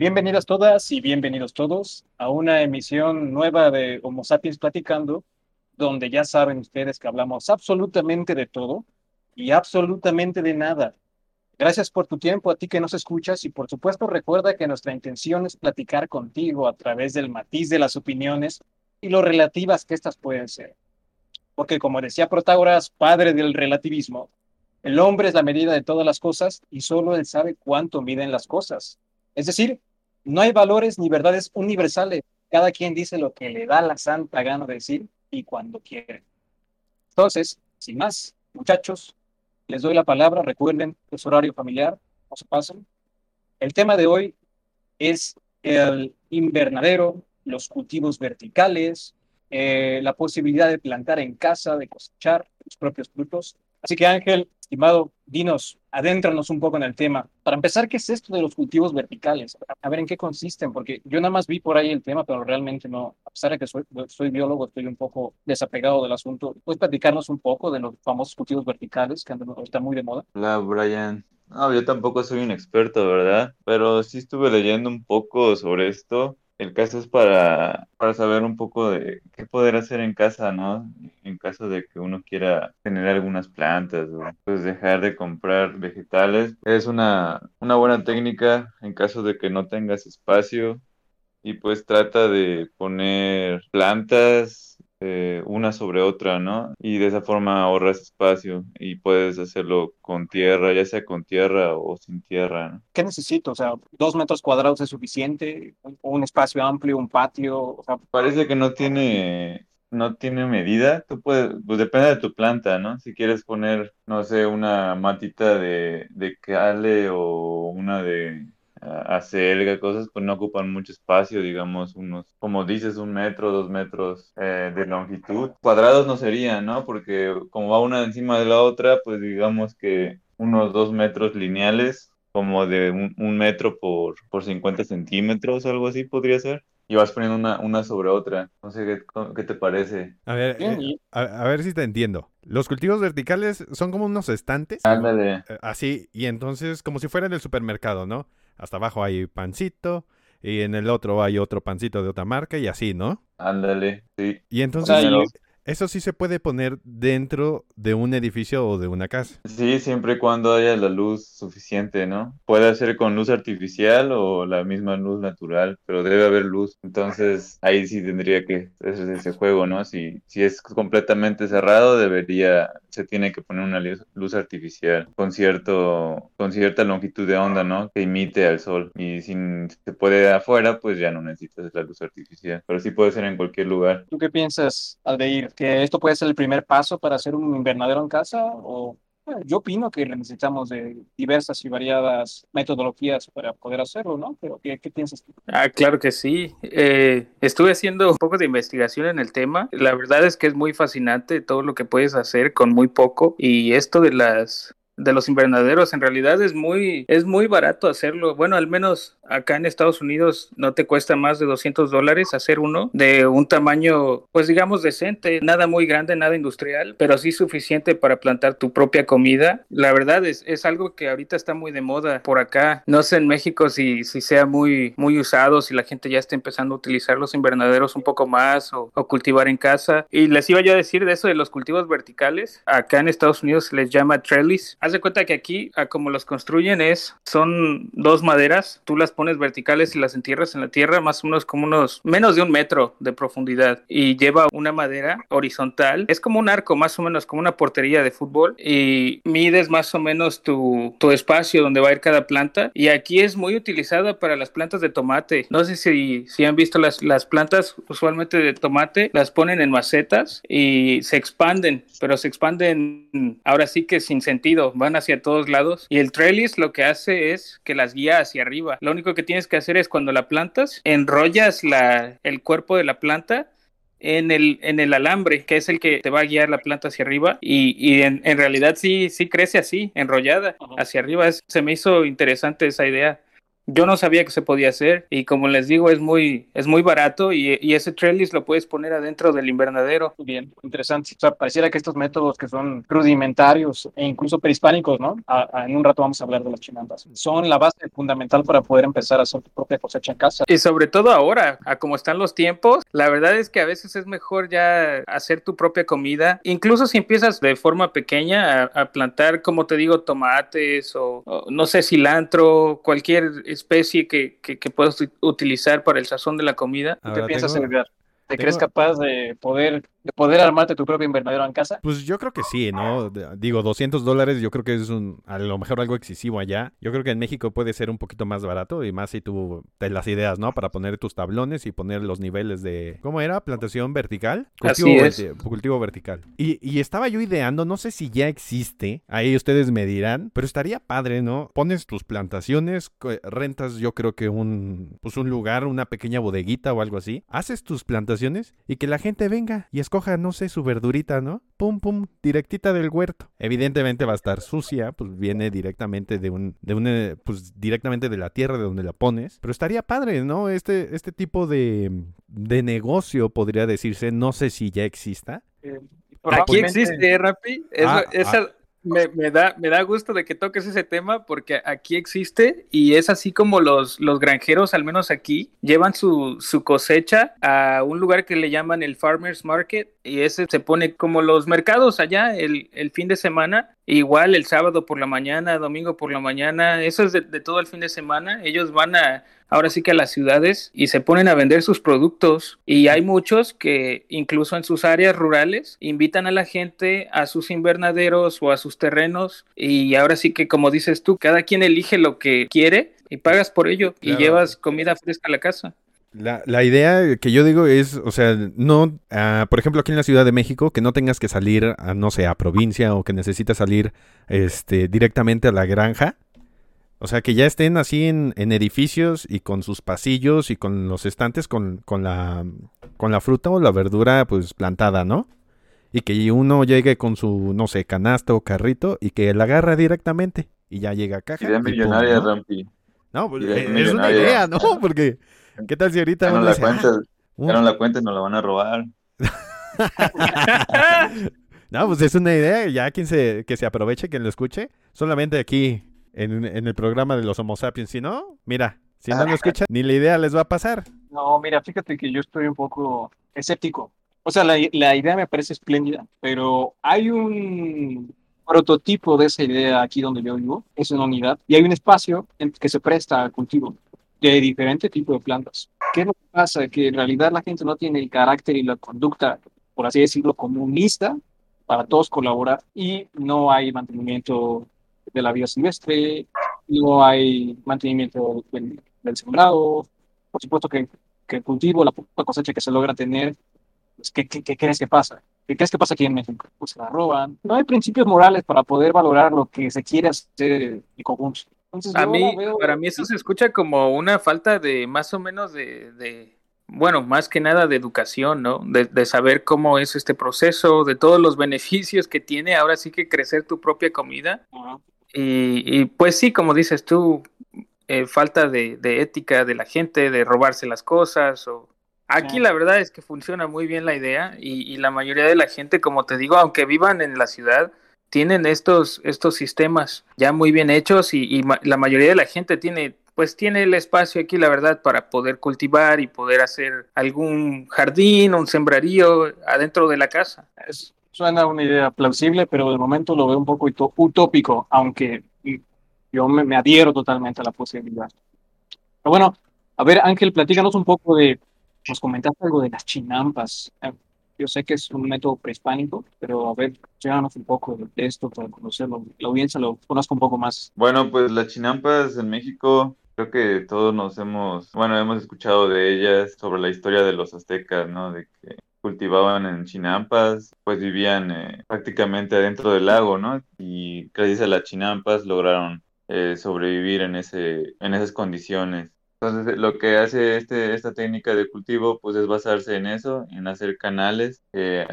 Bienvenidas todas y bienvenidos todos a una emisión nueva de Homo Sapiens Platicando, donde ya saben ustedes que hablamos absolutamente de todo y absolutamente de nada. Gracias por tu tiempo, a ti que nos escuchas, y por supuesto recuerda que nuestra intención es platicar contigo a través del matiz de las opiniones y lo relativas que éstas pueden ser. Porque como decía Protágoras, padre del relativismo, el hombre es la medida de todas las cosas y solo él sabe cuánto miden las cosas. Es decir, no hay valores ni verdades universales. Cada quien dice lo que le da la santa gana de decir y cuando quiere. Entonces, sin más, muchachos, les doy la palabra. Recuerden, es horario familiar, no se pasen. El tema de hoy es el invernadero, los cultivos verticales, la posibilidad de plantar en casa, de cosechar tus propios frutos. Así que Ángel, estimado, dinos, adéntranos un poco en el tema. Para empezar, ¿qué es esto de los cultivos verticales? A ver en qué consisten, porque yo nada más vi por ahí el tema, pero realmente no, a pesar de que soy biólogo, estoy un poco desapegado del asunto. ¿Puedes platicarnos un poco de los famosos cultivos verticales que andan ahorita muy de moda? Hola, Brian. No, yo tampoco soy un experto, ¿verdad? Pero sí estuve leyendo un poco sobre esto. El caso es para saber un poco de qué poder hacer en casa, ¿no? En caso de que uno quiera tener algunas plantas o pues dejar de comprar vegetales. Es una buena técnica en caso de que no tengas espacio y pues trata de poner plantas una sobre otra, ¿no? Y de esa forma ahorras espacio y puedes hacerlo con tierra, ya sea con tierra o sin tierra, ¿no? ¿Qué necesito? O sea, 2 metros cuadrados es suficiente, un espacio amplio, un patio, o sea, Parece que no tiene medida. Tú puedes, pues depende de tu planta, ¿no? Si quieres poner, no sé, una matita de cale o una de acelga, cosas, pues no ocupan mucho espacio, digamos, unos, como dices, 1 metro, 2 metros de longitud. Cuadrados no serían, ¿no? Porque como va una encima de la otra, pues digamos que unos 2 metros lineales, como de un metro por 50 centímetros, algo así podría ser y vas poniendo una sobre otra. No sé qué te parece. A ver, bien, y a ver si te entiendo. Los cultivos verticales son como unos estantes, Ándale, así, y entonces como si fuera en el supermercado, ¿no? Hasta abajo hay pancito, y en el otro hay otro pancito de otra marca, y así, ¿no? ándale, sí, Y o sea, entonces, mero. eso sí se puede poner dentro de un edificio o de una casa. Sí, siempre y cuando haya la luz suficiente, ¿no? Puede ser con luz artificial o la misma luz natural, pero debe haber luz. Entonces, ahí sí tendría que hacer ese juego, ¿no? Si es completamente cerrado, se tiene que poner una luz artificial con cierta longitud de onda, ¿no? Que imite al sol. Y si se puede afuera, pues ya no necesitas la luz artificial. Pero sí puede ser en cualquier lugar. ¿tú qué piensas, Aldeir? ¿Que esto puede ser el primer paso para hacer un invernadero en casa? O bueno, yo opino que necesitamos de diversas y variadas metodologías para poder hacerlo, ¿no? Pero ¿qué piensas tú? Claro que sí. Estuve haciendo un poco de investigación en el tema. La verdad es que es muy fascinante todo lo que puedes hacer con muy poco. Y esto de los invernaderos en realidad es muy barato hacerlo. Bueno, al menos acá en Estados Unidos no te cuesta más de $200 hacer uno de un tamaño, pues digamos, decente, nada muy grande, nada industrial, pero sí suficiente para plantar tu propia comida. La verdad es algo que ahorita está muy de moda por acá. No sé en México si sea muy usado, si la gente ya está empezando a utilizar los invernaderos un poco más o cultivar en casa. Y les iba yo a decir de eso de los cultivos verticales. Acá en Estados Unidos se les llama trellis. Haz de cuenta que aquí, como los construyen, son dos maderas, tú las pones verticales y las entierras en la tierra, más o menos como unos menos de 1 metro de profundidad, y lleva una madera horizontal, es como un arco, más o menos como una portería de fútbol, y mides más o menos tu espacio donde va a ir cada planta, y aquí es muy utilizada para las plantas de tomate. No sé si han visto las plantas usualmente de tomate, las ponen en macetas y se expanden, pero se expanden ahora sí que sin sentido, van hacia todos lados, y el trellis lo que hace es que las guía hacia arriba. Lo único que tienes que hacer es cuando la plantas, enrollas el cuerpo de la planta en el alambre, que es el que te va a guiar la planta hacia arriba, y en realidad sí crece así, enrollada Ajá. hacia arriba. Se me hizo interesante esa idea. Yo no sabía que se podía hacer y como les digo es muy barato y ese trellis lo puedes poner adentro del invernadero. Bien, interesante. O sea, pareciera que estos métodos que son rudimentarios e incluso prehispánicos, ¿no? En un rato vamos a hablar de las chinampas. Son la base fundamental para poder empezar a hacer tu propia cosecha en casa. Y sobre todo ahora, a como están los tiempos, la verdad es que a veces es mejor ya hacer tu propia comida. Incluso si empiezas de forma pequeña a plantar, como te digo, tomates o no sé, cilantro, cualquier especie que puedas utilizar para el sazón de la comida. ¿Tú qué Ahora piensas, tengo, Edgar? ¿Te crees tengo, capaz de poder armarte tu propio invernadero en casa? Pues yo creo que sí, ¿no? Digo, $200 yo creo que es a lo mejor algo excesivo allá. Yo creo que en México puede ser un poquito más barato y más si tú te las ideas, ¿no? Para poner tus tablones y poner los niveles de... ¿Cómo era? ¿Plantación vertical? Así es. Cultivo vertical. Y estaba yo ideando, no sé si ya existe, ahí ustedes me dirán, pero estaría padre, ¿no? Pones tus plantaciones, rentas yo creo que un lugar, una pequeña bodeguita o algo así. Haces tus plantaciones y que la gente venga y escoja, no sé, su verdurita, ¿no? Pum, pum, directita del huerto. Evidentemente va a estar sucia, pues viene directamente pues directamente de la tierra de donde la pones. Pero estaría padre, ¿no? Este tipo de negocio, podría decirse, no sé si ya exista. Aquí existe, Rappi. Ah, Me da gusto de que toques ese tema porque aquí existe y es así como los granjeros, al menos aquí, llevan su cosecha a un lugar que le llaman el Farmers Market y ese se pone como los mercados allá el fin de semana, igual el sábado por la mañana, domingo por la mañana, eso es de todo el fin de semana, ellos van ahora sí que a las ciudades y se ponen a vender sus productos y hay muchos que incluso en sus áreas rurales invitan a la gente a sus invernaderos o a sus terrenos y ahora sí que como dices tú, cada quien elige lo que quiere y pagas por ello y claro. llevas comida fresca a la casa. La idea que yo digo es, o sea, no, por ejemplo, aquí en la Ciudad de México, que no tengas que salir a, no sé, a provincia o que necesites salir directamente a la granja. O sea, que ya estén así en edificios y con sus pasillos y con los estantes con la fruta o la verdura pues plantada, ¿no? Y que uno llegue con su, no sé, canasta o carrito y que la agarra directamente y ya llega a caja. Idea y pum, millonaria, ¿no? Rampi. No, pues, Idea es una millonaria. idea, ¿no? Porque, ¿qué tal si ahorita Ya no uno la dice, cuentas, ya no la cuentes, nos la van a robar. No, pues es una idea, ya que se aproveche, quien lo escuche, solamente aquí en el programa de los Homo sapiens, si no, mira, si no lo escuchan, ni la idea les va a pasar. No, mira, fíjate que yo estoy un poco escéptico. O sea, la idea me parece espléndida, pero hay un prototipo de esa idea aquí donde yo vivo, es una unidad, y hay un espacio que se presta al cultivo de diferente tipo de plantas. ¿Qué es lo que pasa? Que en realidad la gente no tiene el carácter y la conducta, por así decirlo, comunista para todos colaborar y no hay mantenimiento de la vida silvestre, no hay mantenimiento del sembrado, por supuesto que el cultivo, la poca cosecha que se logra tener, pues, ¿qué crees que pasa? ¿Qué crees que pasa aquí en México? Pues se la roban. No hay principios morales para poder valorar lo que se quiere hacer en conjunto. Entonces yo la veo... Para mí eso se escucha como una falta de más o menos bueno, más que nada de educación, ¿no? De saber cómo es este proceso, de todos los beneficios que tiene ahora sí que crecer tu propia comida. Ajá. Y pues sí, como dices tú, falta de ética de la gente, de robarse las cosas. Aquí Sí. la verdad es que funciona muy bien la idea y la mayoría de la gente, como te digo, aunque vivan en la ciudad, tienen estos sistemas ya muy bien hechos y la mayoría de la gente tiene el espacio aquí, la verdad, para poder cultivar y poder hacer algún jardín, un sembrarío adentro de la casa. Suena una idea plausible, pero de momento lo veo un poco utópico, aunque yo me adhiero totalmente a la posibilidad. Pero bueno, a ver, Ángel, platícanos un poco nos comentaste algo de las chinampas. Yo sé que es un método prehispánico, pero a ver, llévanos un poco de esto para conocerlo, la audiencia lo conozca un poco más. Bueno, pues las chinampas en México, creo que todos hemos escuchado de ellas, sobre la historia de los aztecas, ¿no? De que cultivaban en chinampas, pues vivían prácticamente adentro del lago, ¿no? Y gracias a las chinampas lograron sobrevivir en esas condiciones. Entonces, lo que hace esta técnica de cultivo, pues es basarse en eso, en hacer canales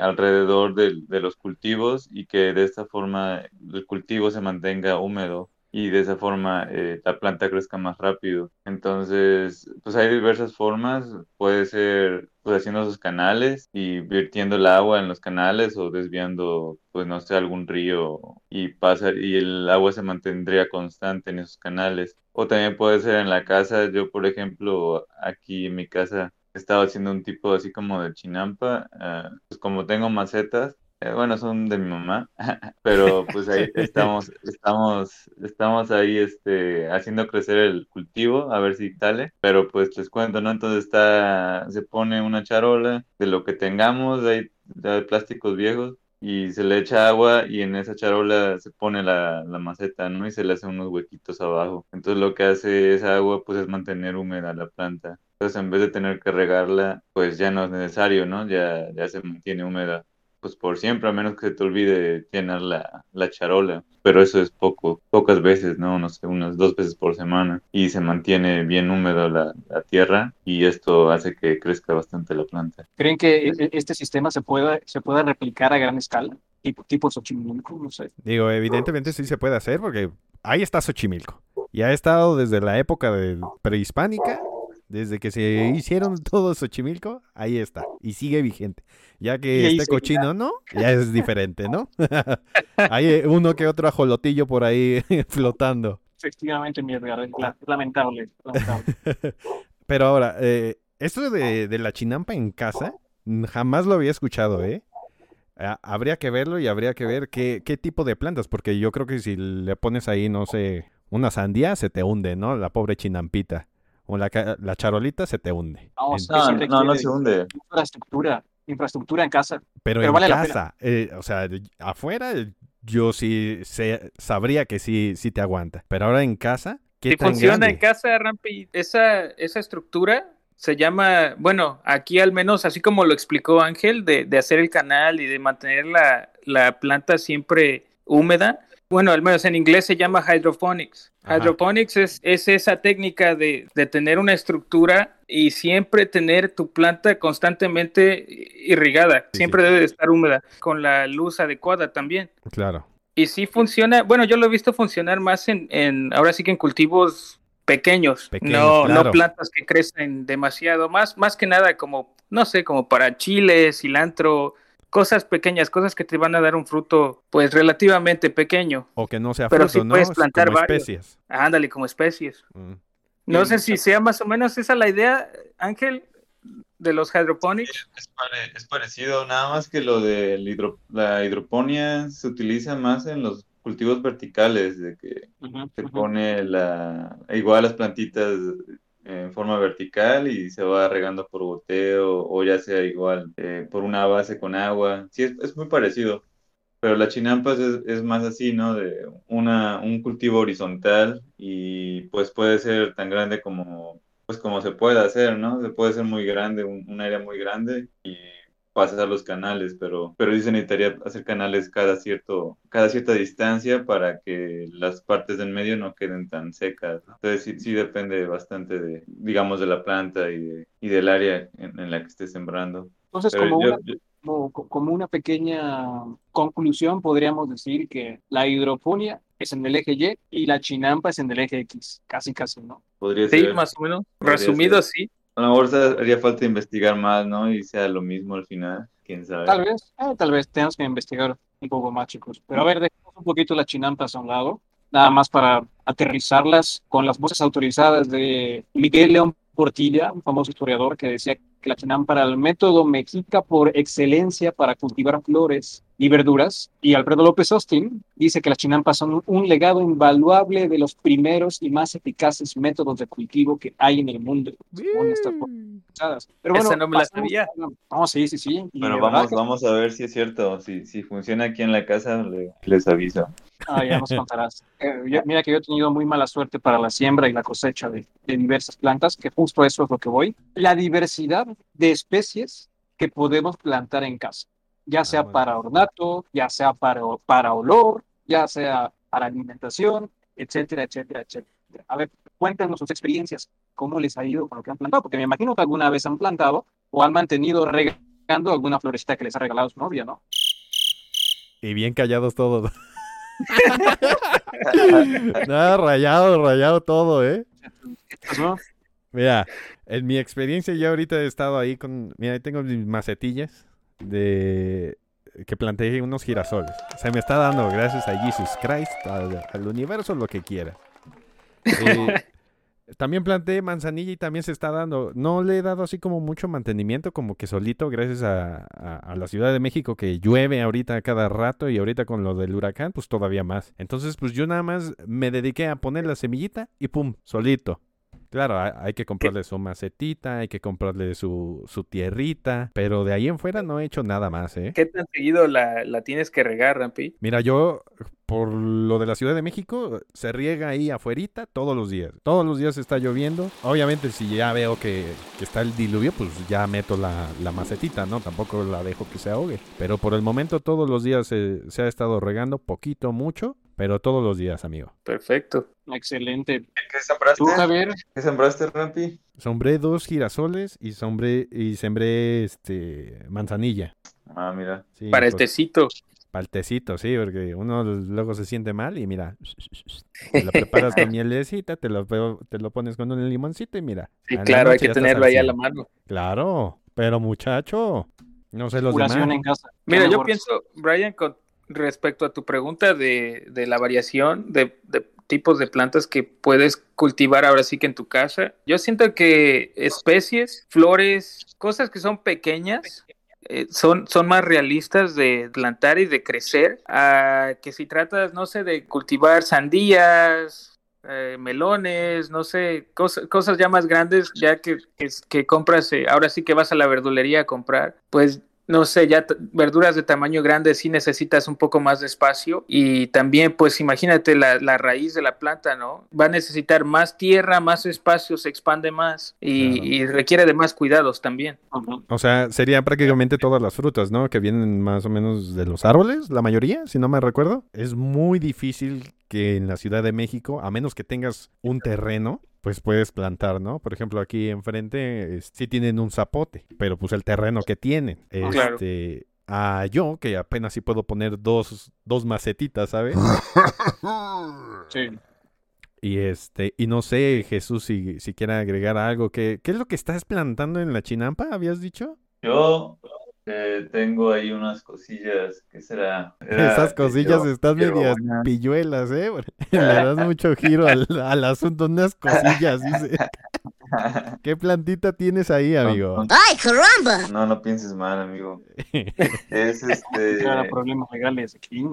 alrededor de los cultivos y que de esta forma el cultivo se mantenga húmedo y de esa forma la planta crezca más rápido. Entonces, pues hay diversas formas, puede ser pues haciendo esos canales y virtiendo el agua en los canales o desviando, pues no sé, algún río y el agua se mantendría constante en esos canales. O también puede ser en la casa, yo por ejemplo, aquí en mi casa estaba haciendo un tipo así como de chinampa, pues como tengo macetas, bueno, son de mi mamá, pero pues ahí estamos ahí haciendo crecer el cultivo, a ver si sale, pero pues les cuento, ¿no? Entonces se pone una charola de lo que tengamos, de plásticos viejos, y se le echa agua y en esa charola se pone la maceta, ¿no? Y se le hacen unos huequitos abajo. Entonces lo que hace esa agua pues es mantener húmeda la planta. Entonces en vez de tener que regarla, pues ya no es necesario, ¿no? Ya se mantiene húmeda pues por siempre, a menos que se te olvide llenar la charola. Pero eso es pocas veces, ¿no? No sé, unas 2 veces por semana. Y se mantiene bien húmedo la tierra y esto hace que crezca bastante la planta. ¿Creen que este sistema se pueda replicar a gran escala? Tipo Xochimilco, no sé. Digo, evidentemente sí se puede hacer porque ahí está Xochimilco. Y ha estado desde la época prehispánica, desde que se hicieron todo Xochimilco, ahí está. Y sigue vigente. Ya que Y ahí este se cochino, ¿no? Ya es diferente, ¿no? Hay uno que otro ajolotillo por ahí flotando. efectivamente, mi Edgar, es lamentable, lamentable. Pero ahora, esto de la chinampa en casa, jamás lo había escuchado, ¿eh? Habría que verlo y habría que ver qué tipo de plantas, porque yo creo que si le pones ahí, no sé, una sandía, se te hunde, ¿no? La pobre chinampita. O la charolita se te hunde. Vamos, que No, sí no requiere se hunde. infraestructura en casa, Pero pero en vale la pena. casa, o sea, afuera, yo sí sabría que sí te aguanta. Pero ahora en casa, ¿qué Si tan funciona en grande? casa, Rampi, esa estructura se llama, bueno, aquí al menos, así como lo explicó Ángel, de hacer el canal y de mantener la planta siempre húmeda. Bueno, al menos en inglés se llama hydroponics. Ajá. Hydroponics es esa técnica de tener una estructura y siempre tener tu planta constantemente irrigada. Sí, Siempre sí, debe de estar húmeda, con la luz adecuada también. claro. Y sí funciona, bueno, yo lo he visto funcionar más ahora sí que en cultivos pequeños, Pequeños, no claro. plantas que crecen demasiado, más que nada como, no sé, como para chile, cilantro, cosas pequeñas, cosas que te van a dar un fruto pues relativamente pequeño, O que no sea pero sí fruto, ¿no? puedes Es plantar como varios, especies. ándale, como especies. Mm. No Sí, sé si sea más o menos esa la idea, Ángel, de los hydroponics. Es parecido, nada más que lo de la hidroponía se utiliza más en los cultivos verticales, de que Ujú, se ujú. pone igual las plantitas en forma vertical y se va regando por goteo o ya sea igual por una base con agua. Sí, es muy parecido, pero la chinampa es más así, ¿no? De un cultivo horizontal y pues puede ser tan grande pues como se puede hacer, ¿no? Se puede ser muy grande, un área muy grande y pasar los canales, pero sí se necesitaría hacer canales cada cierta distancia para que las partes del medio no queden tan secas, ¿no? Entonces sí depende bastante digamos, de la planta y del área en la que esté sembrando. Entonces, Pero como una pequeña conclusión, podríamos decir que la hidroponía es en el eje Y y la chinampa es en el eje X, casi, casi, ¿no? podría Sí, ser. más o menos. Podría Resumido, ser. sí. A lo mejor haría falta investigar más, ¿no? Y sea lo mismo al final, quién sabe. Tal vez tenemos que investigar un poco más, chicos. Pero a ver, dejemos un poquito las chinampas a un lado, nada más para aterrizarlas con las voces autorizadas de Miguel León Portilla, un famoso historiador que decía que la chinampa era el método mexica por excelencia para cultivar flores y verduras. Y Alfredo López Austin dice que las chinampas son un legado invaluable de los primeros y más eficaces métodos de cultivo que hay en el mundo, según estas voces autorizadas. Pero Esa bueno, no me la pasamos. sabía. No, sí, sí, sí. Y Bueno, de verdad que vamos a ver si es cierto. Si funciona aquí en la casa, les aviso. ya nos contarás. Mira que yo he tenido muy mala suerte para la siembra y la cosecha de diversas plantas, que justo eso es lo que voy. La diversidad de especies que podemos plantar en casa, ya sea Vámonos. para ornato, ya sea para olor, ya sea para alimentación, etcétera, etcétera, etcétera. A ver, cuéntanos sus experiencias, cómo les ha ido con lo que han plantado, porque me imagino que alguna vez han plantado o han mantenido regando alguna florecita que les ha regalado su novia, ¿no? Y bien callados todos. Nada, rayado todo, ¿eh? ¿Qué pasó? Mira, en mi experiencia yo ahorita he estado ahí mira, ahí tengo mis macetillas de que planteé unos girasoles. Se me está dando, gracias a Jesus Christ, al universo, lo que quiera. También planté manzanilla y también se está dando. No le he dado así como mucho mantenimiento, como que solito, gracias a la Ciudad de México, que llueve ahorita cada rato y ahorita con lo del huracán, pues todavía más. Entonces, pues yo nada más me dediqué a poner la semillita y pum, solito. Claro, hay que comprarle su macetita, hay que comprarle su tierrita, pero de ahí en fuera no he hecho nada más, ¿eh? ¿Qué tan seguido la tienes que regar, Rampi? Mira, yo, por lo de la Ciudad de México, se riega ahí afuerita todos los días. Todos los días está lloviendo. Obviamente, si ya veo que está el diluvio, pues ya meto la macetita, ¿no? Tampoco la dejo que se ahogue. Pero por el momento, todos los días se ha estado regando, poquito, mucho, pero todos los días, amigo. Perfecto. Excelente. ¿Qué sembraste? ¿Tú, Javier? ¿Qué sembraste, Rampi? Sembré 2 girasoles y sembré manzanilla. Ah, mira. Sí, Para el pues, tecito. para el tecito, sí, porque uno luego se siente mal y mira, te lo preparas con mielecita, te lo pones con un limoncito y mira. Sí, a la claro, hay noche que ya estás tenerlo al ahí a 100. la mano. Claro, pero muchacho, no sé los Curación demás. en casa. Mira, Qué yo mejor. pienso, Brian, con respecto a tu pregunta de la variación de tipos de plantas que puedes cultivar ahora sí que en tu casa, yo siento que especies, flores, cosas que son pequeñas, son más realistas de plantar y de crecer, a que si tratas, no sé, de cultivar sandías, melones, no sé, cosas ya más grandes, ya que compras, ahora sí que vas a la verdulería a comprar, pues no sé, ya verduras de tamaño grande sí necesitas un poco más de espacio y también pues imagínate la raíz de la planta, ¿no? Va a necesitar más tierra, más espacio, se expande más y requiere de más cuidados también. Ujú. O sea, serían prácticamente todas las frutas, ¿no? Que vienen más o menos de los árboles, la mayoría, si no me recuerdo. Es muy difícil que en la Ciudad de México, a menos que tengas un terreno, pues puedes plantar, ¿no? Por ejemplo, aquí enfrente sí tienen un zapote, pero pues el terreno que tienen. Claro. Yo, que apenas sí puedo poner dos macetitas, ¿sabes? Sí. Y no sé, Jesús, si quiera agregar algo. ¿Qué es lo que estás plantando en la chinampa, habías dicho? Yo tengo ahí unas cosillas. ¿Qué será? Esas cosillas están medias hierbabuena. pilluelas, ¿eh? Le das mucho giro al asunto, unas cosillas, dice. ¿Qué plantita tienes ahí, amigo? ¡Ay, caramba! No pienses mal, amigo. Es Claro, problemas legales aquí.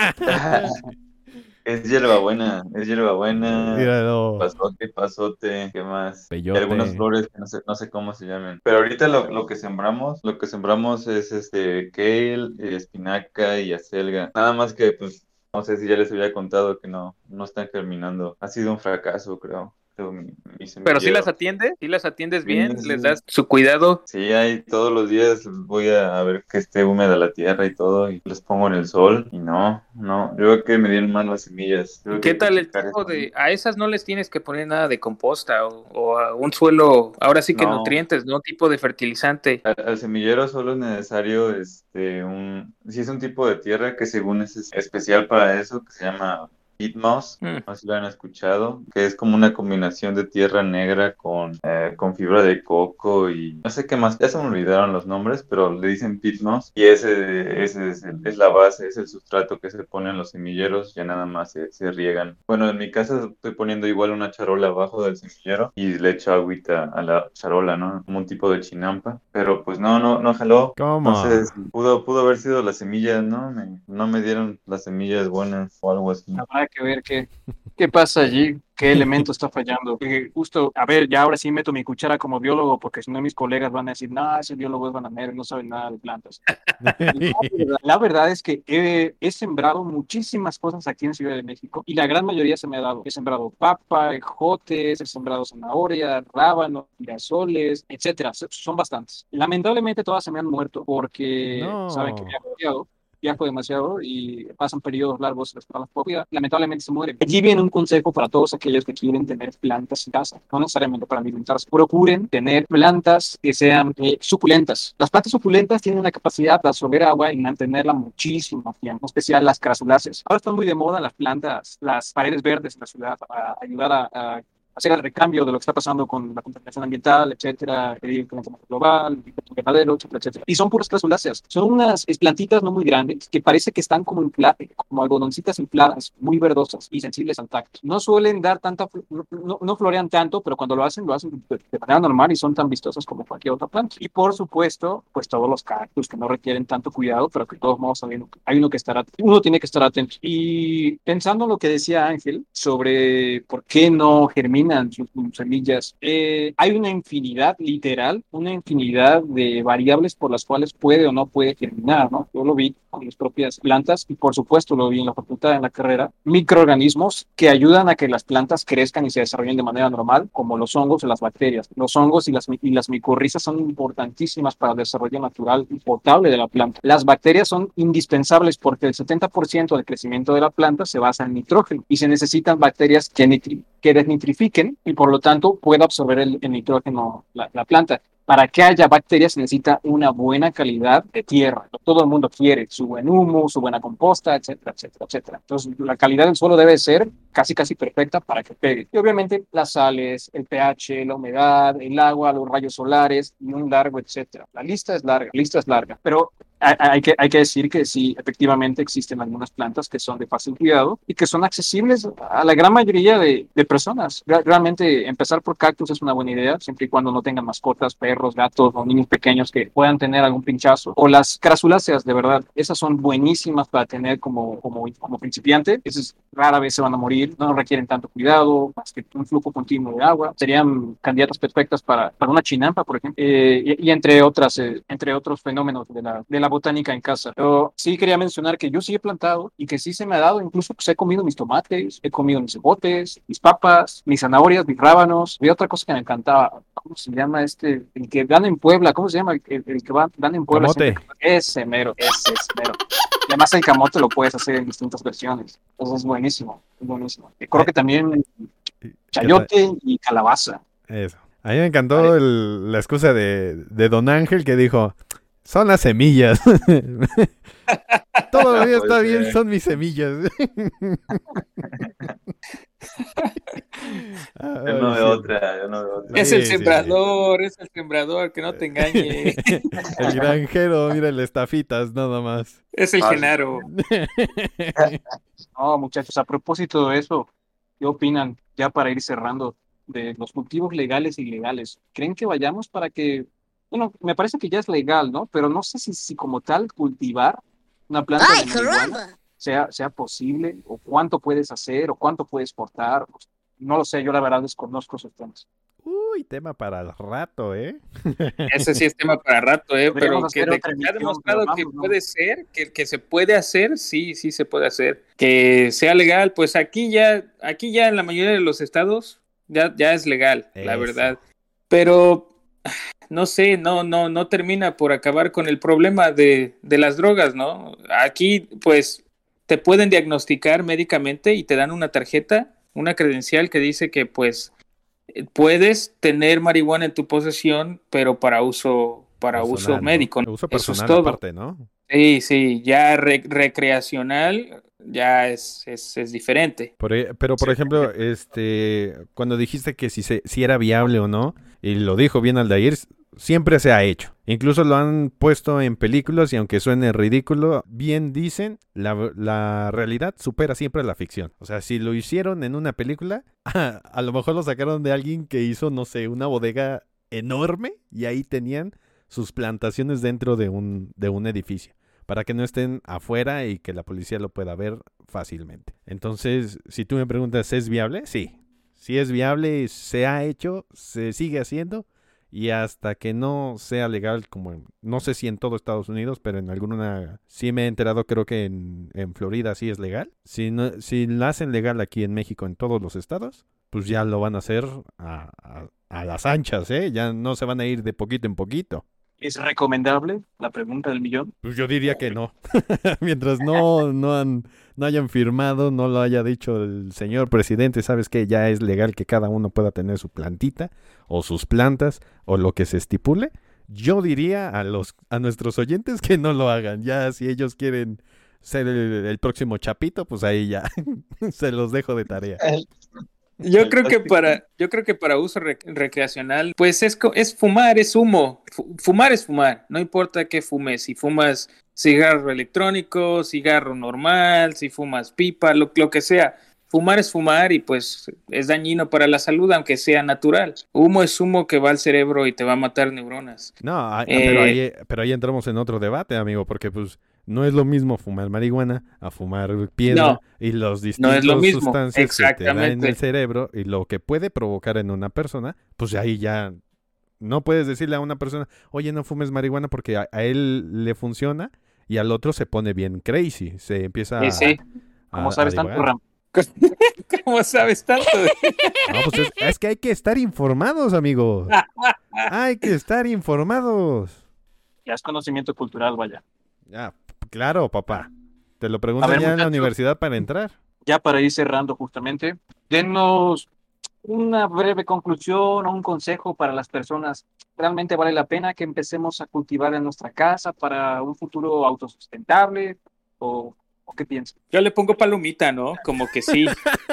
Es hierbabuena, Míralo. pasote, ¿qué más? Y Peyote. algunas flores que no sé cómo se llaman. Pero ahorita lo que sembramos es kale, espinaca y acelga. Nada más que, pues, no sé si ya les había contado que no están germinando. Ha sido un fracaso, creo. Mi Pero sí semillero. sí las atiendes Sí, bien, sí. les das su cuidado. Sí, ahí todos los días voy a ver que esté húmeda la tierra y todo, y los pongo en el sol, y no, yo creo que me dieron mal las semillas. Creo que ¿Qué hay que tal el checar tipo eso, ¿no? a esas no les tienes que poner nada de composta o a un suelo, ahora sí que No. nutrientes, ¿no? Tipo de fertilizante. Al semillero solo es necesario, si es un tipo de tierra que según es especial para eso, que se llama peat moss, Mm. no sé si lo han escuchado, que es como una combinación de tierra negra con fibra de coco y no sé qué más, ya se me olvidaron los nombres, pero le dicen peat moss y ese es la base, es el sustrato que se pone en los semilleros, ya nada más se riegan. Bueno, en mi casa estoy poniendo igual una charola abajo del semillero y le echo agüita a la charola, ¿no? Como un tipo de chinampa, pero pues no jaló. ¿Cómo? No sé, pudo haber sido las semillas, ¿no? No me dieron las semillas buenas o algo así. Habrá que ver qué pasa allí, qué elemento está fallando. Porque justo, a ver, ya ahora sí meto mi cuchara como biólogo, porque si no mis colegas van a decir, no, ese biólogo es bananero, no sabe nada de plantas. La verdad es que he sembrado muchísimas cosas aquí en Ciudad de México y la gran mayoría se me ha dado. He sembrado papa, ejotes, he sembrado zanahoria, rábanos, girasoles, etcétera. Son bastantes. Lamentablemente todas se me han muerto porque saben que me No. ha cambiado. viajo demasiado y pasan periodos largos en las plantas propias, lamentablemente se mueren. Allí viene un consejo para todos aquellos que quieren tener plantas en casa, no necesariamente para alimentarse. Procuren tener plantas que sean suculentas. Las plantas suculentas tienen la capacidad de absorber agua y mantenerla muchísimo tiempo, en especial las crasuláceas. Ahora están muy de moda las plantas, las paredes verdes en la ciudad para ayudar a hacer el recambio de lo que está pasando con la contaminación ambiental, etcétera, el calentamiento global, el efecto invernadero, etcétera, etcétera. Y son puras crasuláceas. Son unas plantitas no muy grandes que parece que están como algodoncitas infladas, muy verdosas y sensibles al tacto. No suelen dar tanta, no florean tanto, pero cuando lo hacen de manera normal y son tan vistosas como cualquier otra planta. Y por supuesto, pues todos los cactus que no requieren tanto cuidado, pero que de todos modos hay uno tiene que estar atento. Y pensando en lo que decía Ángel sobre por qué no germinan sus semillas, hay una infinidad, literal, una infinidad de variables por las cuales puede o no puede germinar, ¿no? Yo lo vi con mis propias plantas y por supuesto lo vi en la facultad, en la carrera, microorganismos que ayudan a que las plantas crezcan y se desarrollen de manera normal, como los hongos y las bacterias. Los hongos y las micorrizas son importantísimas para el desarrollo natural y potable de la planta. Las bacterias son indispensables porque el 70% del crecimiento de la planta se basa en nitrógeno y se necesitan bacterias que desnitrifiquen y por lo tanto pueda absorber el nitrógeno la planta. Para que haya bacterias se necesita una buena calidad de tierra. Todo el mundo quiere su buen humo, su buena composta, etcétera, etcétera, etcétera. Entonces, la calidad del suelo debe ser casi perfecta para que pegue. Y obviamente las sales, el pH, la humedad, el agua, los rayos solares y un largo, etcétera. La lista es larga, pero hay que decir que sí, efectivamente existen algunas plantas que son de fácil cuidado y que son accesibles a la gran mayoría de personas. Realmente empezar por cactus es una buena idea, siempre y cuando no tengan mascotas, perros, gatos o niños pequeños que puedan tener algún pinchazo. O las crasuláceas, de verdad, esas son buenísimas para tener como principiante. Esas rara vez se van a morir, no requieren tanto cuidado, más que un flujo continuo de agua. Serían candidatas perfectas para una chinampa, por ejemplo, y entre otros fenómenos de la botánica en casa. Yo sí quería mencionar que yo sí he plantado y que sí se me ha dado, incluso pues he comido mis tomates, he comido mis cebotes, mis papas, mis zanahorias, mis rábanos. Y otra cosa que me encantaba, ¿cómo se llama el que dan en Puebla? ¿Cómo se llama el que dan en Puebla? Camote. Ese mero. Y además el camote lo puedes hacer en distintas versiones. Entonces es buenísimo, es buenísimo. Y creo que también chayote y calabaza. Eso. A mí me encantó la excusa de Don Ángel que dijo, son las semillas. Todavía está bien, son mis semillas. Yo no veo otra. Es el sembrador, que no te engañe. El granjero, mira el estafitas, nada más. Es el Genaro. No, muchachos, a propósito de eso, ¿qué opinan, ya para ir cerrando, de los cultivos legales e ilegales? ¿Creen que vayamos para que, bueno, me parece que ya es legal, ¿no? Pero no sé si como tal cultivar una planta de marihuana sea posible, o cuánto puedes hacer, o cuánto puedes exportar? No lo sé, yo la verdad desconozco esos temas. Uy, tema para el rato, ¿eh? Ese sí es tema para rato, pero Podríamos que hacer otra ha emisión, demostrado pero que vamos, ¿no? puede ser, que se puede hacer, sí se puede hacer. Que sea legal, pues aquí ya en la mayoría de los estados ya es legal, la Eso. verdad. Pero no sé, no termina por acabar con el problema de las drogas, ¿no? Aquí, pues, te pueden diagnosticar médicamente y te dan una tarjeta, una credencial que dice que, pues, puedes tener marihuana en tu posesión, pero para uso médico, ¿no? Uso Eso es personal todo. aparte, ¿no? Sí, ya recreacional ya es diferente. Pero por ejemplo, cuando dijiste que si era viable o no, y lo dijo bien Aldair, siempre se ha hecho. Incluso lo han puesto en películas y aunque suene ridículo, bien dicen, la realidad supera siempre la ficción. O sea, si lo hicieron en una película, a lo mejor lo sacaron de alguien que hizo, no sé, una bodega enorme y ahí tenían sus plantaciones dentro de un edificio, para que no estén afuera y que la policía lo pueda ver fácilmente. Entonces, si tú me preguntas, ¿es viable? Sí. Sí es viable, se ha hecho, se sigue haciendo, y hasta que no sea legal, como no sé si en todo Estados Unidos, pero en alguna, sí me he enterado, creo que en Florida sí es legal. Si lo hacen legal aquí en México, en todos los estados, pues ya lo van a hacer a las anchas, ¿eh? Ya no se van a ir de poquito en poquito. ¿Es recomendable? La pregunta del millón. Pues yo diría que no. Mientras no hayan firmado, no lo haya dicho el señor presidente, sabes que ya es legal que cada uno pueda tener su plantita o sus plantas o lo que se estipule. Yo diría a nuestros oyentes que no lo hagan. Ya si ellos quieren ser el próximo Chapito, pues ahí ya se los dejo de tarea. Yo creo que para uso recreacional, pues es fumar, es humo. Fumar es fumar, no importa qué fumes. Si fumas cigarro electrónico, cigarro normal, si fumas pipa, lo que sea. Fumar es fumar y pues es dañino para la salud, aunque sea natural. Humo es humo que va al cerebro y te va a matar neuronas. No, pero ahí entramos en otro debate, amigo, porque pues no es lo mismo fumar marihuana a fumar piedra y los no es lo distintos mismo. sustancias que te dan en Exactamente. el cerebro y lo que puede provocar en una persona, pues ahí ya no puedes decirle a una persona, oye, no fumes marihuana porque a él le funciona y al otro se pone bien crazy, se empieza Sí. ¿Cómo a sabes tanto, divagar. Ram? ¿Cómo sabes tanto? No, pues es que hay que estar informados, amigos. Hay que estar informados. Ya es conocimiento cultural, vaya. Ya, claro, papá. Te lo A preguntan ver, ya en la muchachos, universidad para entrar. ya para ir cerrando justamente, denos una breve conclusión o un consejo para las personas. ¿Realmente vale la pena que empecemos a cultivar en nuestra casa para un futuro autosustentable? ¿O qué piensas? Yo le pongo palomita, ¿no? Como que sí.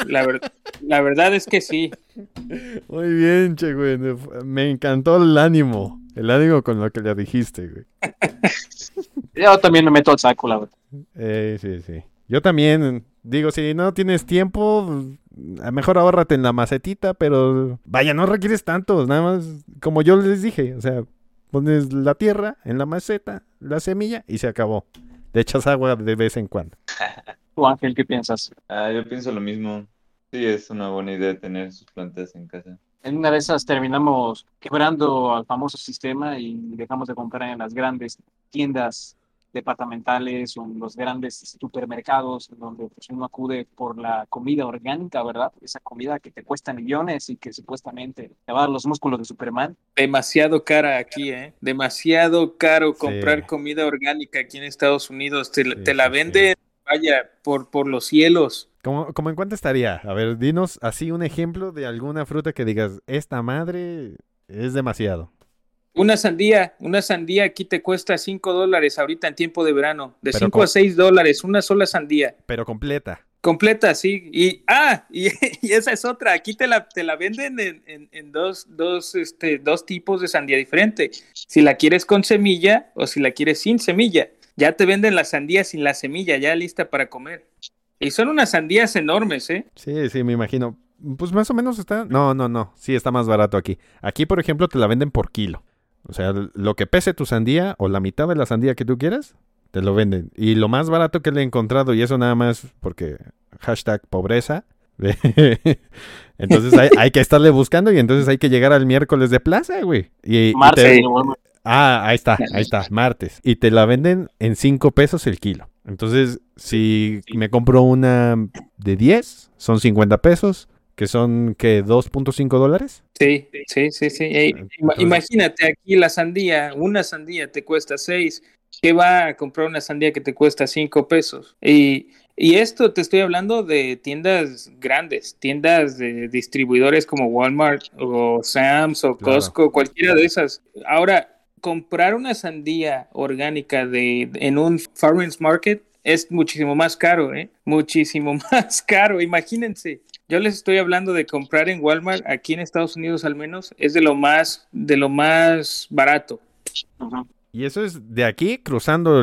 La verdad es que sí. Muy bien, che, güey. Me encantó el ánimo. El ánimo con lo que le dijiste, güey. Yo también me meto al saco, la verdad. Sí. Yo también, digo, si no tienes tiempo, a mejor ahórrate en la macetita, pero vaya, no requieres tanto, nada más, como yo les dije, o sea, pones la tierra en la maceta, la semilla y se acabó. Le echas agua de vez en cuando. ¿Tú, Ángel, qué piensas? Yo pienso lo mismo. Sí, es una buena idea tener sus plantas en casa. En una de esas terminamos quebrando al famoso sistema y dejamos de comprar en las grandes tiendas departamentales o en los grandes supermercados donde pues, uno acude por la comida orgánica, ¿verdad? Esa comida que te cuesta millones y que supuestamente te va a dar los músculos de Superman. Demasiado cara aquí, ¿eh? Demasiado caro Sí. comprar comida orgánica aquí en Estados Unidos. Sí, Te la sí, venden, vaya, por los cielos. ¿Cómo en cuánto estaría? A ver, dinos así un ejemplo de alguna fruta que digas, esta madre es demasiado. Una sandía aquí te cuesta $5 ahorita en tiempo de verano. De Pero 5 a $6, una sola sandía. Pero completa. Completa, sí. Y esa es otra. Aquí te la venden en dos tipos de sandía diferente. Si la quieres con semilla o si la quieres sin semilla. Ya te venden la sandía sin la semilla, ya lista para comer. Y son unas sandías enormes, ¿eh? Sí, me imagino. Pues más o menos está... No. Sí, está más barato aquí. Aquí, por ejemplo, te la venden por kilo. O sea, lo que pese tu sandía o la mitad de la sandía que tú quieras, te lo venden. Y lo más barato que le he encontrado, y eso nada más porque #pobreza. Entonces hay que estarle buscando y entonces hay que llegar al miércoles de plaza, güey. Marce, ahí está, martes. Y te la venden en 5 pesos el kilo. Entonces, si me compro una de 10, son 50 pesos, que son, ¿qué? $2.5. Sí. Imagínate aquí una sandía te cuesta 6. ¿Qué va a comprar una sandía que te cuesta 5 pesos? Y esto te estoy hablando de tiendas grandes, tiendas de distribuidores como Walmart o Sam's o Costco, cualquiera de esas. Ahora, comprar una sandía orgánica en un farmers market es muchísimo más caro, ¿eh? Muchísimo más caro, imagínense. Yo les estoy hablando de comprar en Walmart, aquí en Estados Unidos al menos, es de lo más barato. Uh-huh. Y eso es de aquí cruzando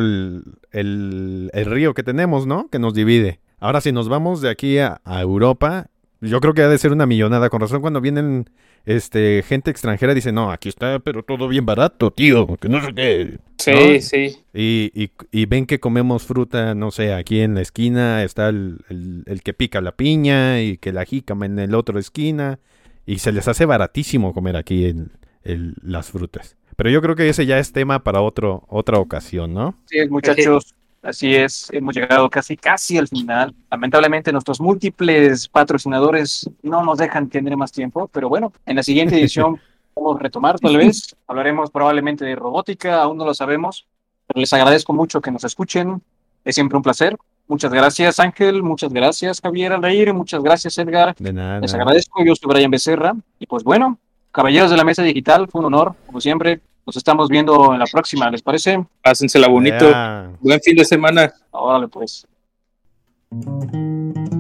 el río que tenemos, ¿no? Que nos divide. Ahora, si nos vamos de aquí a Europa, yo creo que ha de ser una millonada. Con razón, cuando vienen gente extranjera, dice, no, aquí está, pero todo bien barato, tío, que no sé qué. Sí, ¿no? sí. Y ven que comemos fruta, no sé, aquí en la esquina está el que pica la piña y que la jícama en el otro esquina. Y se les hace baratísimo comer aquí las frutas. Pero yo creo que ese ya es tema para otra ocasión, ¿no? Sí, muchachos, así es, hemos llegado casi al final. Lamentablemente nuestros múltiples patrocinadores no nos dejan tener más tiempo, pero bueno, en la siguiente edición Vamos a retomar, tal vez. Hablaremos probablemente de robótica, aún no lo sabemos, pero les agradezco mucho que nos escuchen. Es siempre un placer. Muchas gracias, Ángel. Muchas gracias, Javier Aldair. Muchas gracias, Edgar. De nada. Les agradezco. Yo soy Brian Becerra. Y pues bueno, caballeros de la mesa digital, fue un honor, como siempre. Nos estamos viendo en la próxima, ¿les parece? Pásensela bonito. Ya. Buen fin de semana. Órale, pues.